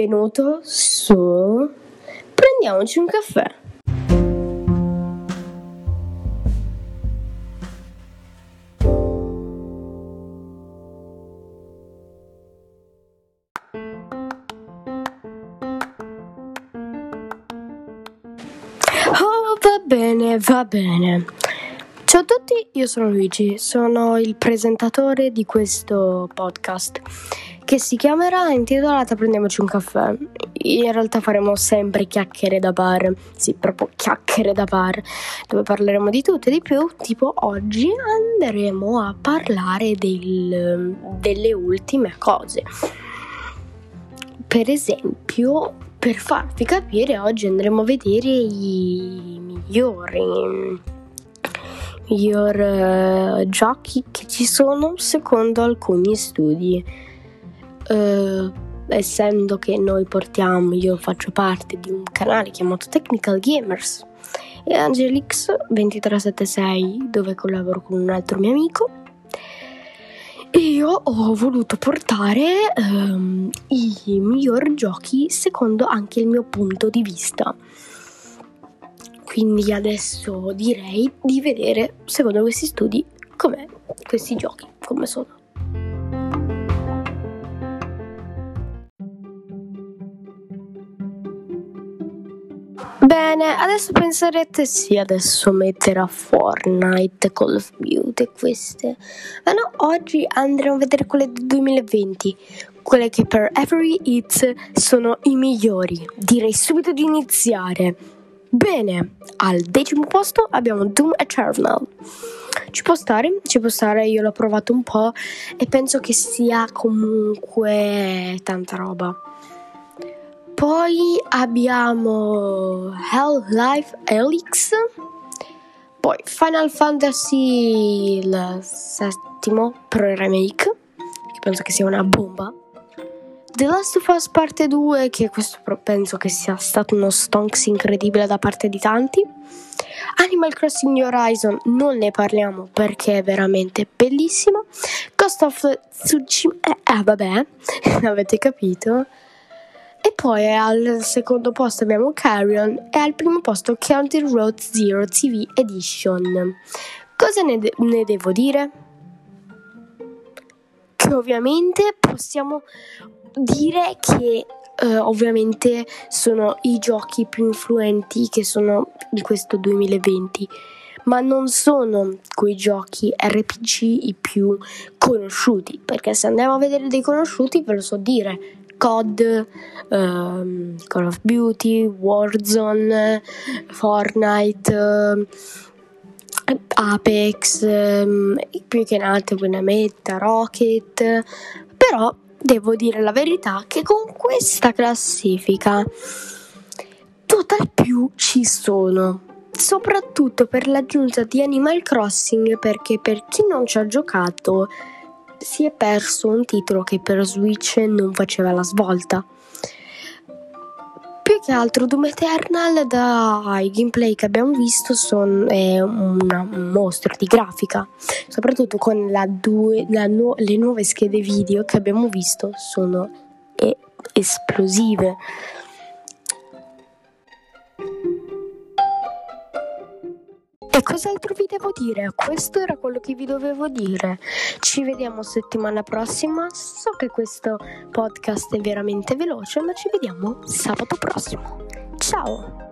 benvenuto su Prendiamoci un caffè. Oh, va bene. Ciao a tutti, io sono Luigi, sono il presentatore di questo podcast che si chiamerà intitolata Prendiamoci un caffè. In realtà faremo sempre chiacchiere da bar, sì, proprio chiacchiere da bar, dove parleremo di tutto e di più. Tipo oggi andremo a parlare delle ultime cose. Per esempio, per farvi capire, oggi andremo a vedere i miglior giochi che ci sono secondo alcuni studi. Essendo che io faccio parte di un canale chiamato Technical Gamers e Angelix2376, dove collaboro con un altro mio amico, e io ho voluto portare i miglior giochi secondo anche il mio punto di vista. Quindi adesso direi di vedere, secondo questi studi, com'è questi giochi, come sono. Bene, adesso penserete sì, adesso metterà Fortnite, Call of Duty, queste. Ma no, oggi andremo a vedere quelle del 2020, quelle che per Every Hit sono i migliori. Direi subito di iniziare. Bene, al 10° posto abbiamo Doom Eternal. Ci può stare, io l'ho provato un po' e penso che sia comunque tanta roba. Poi abbiamo Half-Life Alyx, poi Final Fantasy il 7° Pro Remake, che penso che sia una bomba. The Last of Us Parte 2, che questo penso che sia stato uno stonks incredibile da parte di tanti. Animal Crossing New Horizon non ne parliamo perché è veramente bellissimo. Ghost of Tsushima, vabbè, avete capito. E poi al secondo posto abbiamo Carrion e al primo posto Country Road Zero TV Edition. Cosa ne devo dire? Che ovviamente possiamo dire che ovviamente sono i giochi più influenti che sono in questo 2020, ma non sono quei giochi RPG i più conosciuti, perché se andiamo a vedere dei conosciuti ve lo so dire: COD, Call of Duty, Warzone, Fortnite, Apex, più che in altro Meta, Rocket. Però devo dire la verità che con questa classifica tutt'al più ci sono, soprattutto per l'aggiunta di Animal Crossing, perché per chi non ci ha giocato si è perso un titolo che per Switch non faceva la svolta. Più che altro Doom Eternal, dai gameplay che abbiamo visto, è un mostro di grafica, soprattutto con le nuove schede video che abbiamo visto sono esplosive. E cos'altro vi devo dire? Questo era quello che vi dovevo dire. Ci vediamo settimana prossima. So che questo podcast è veramente veloce, ma ci vediamo sabato prossimo. Ciao!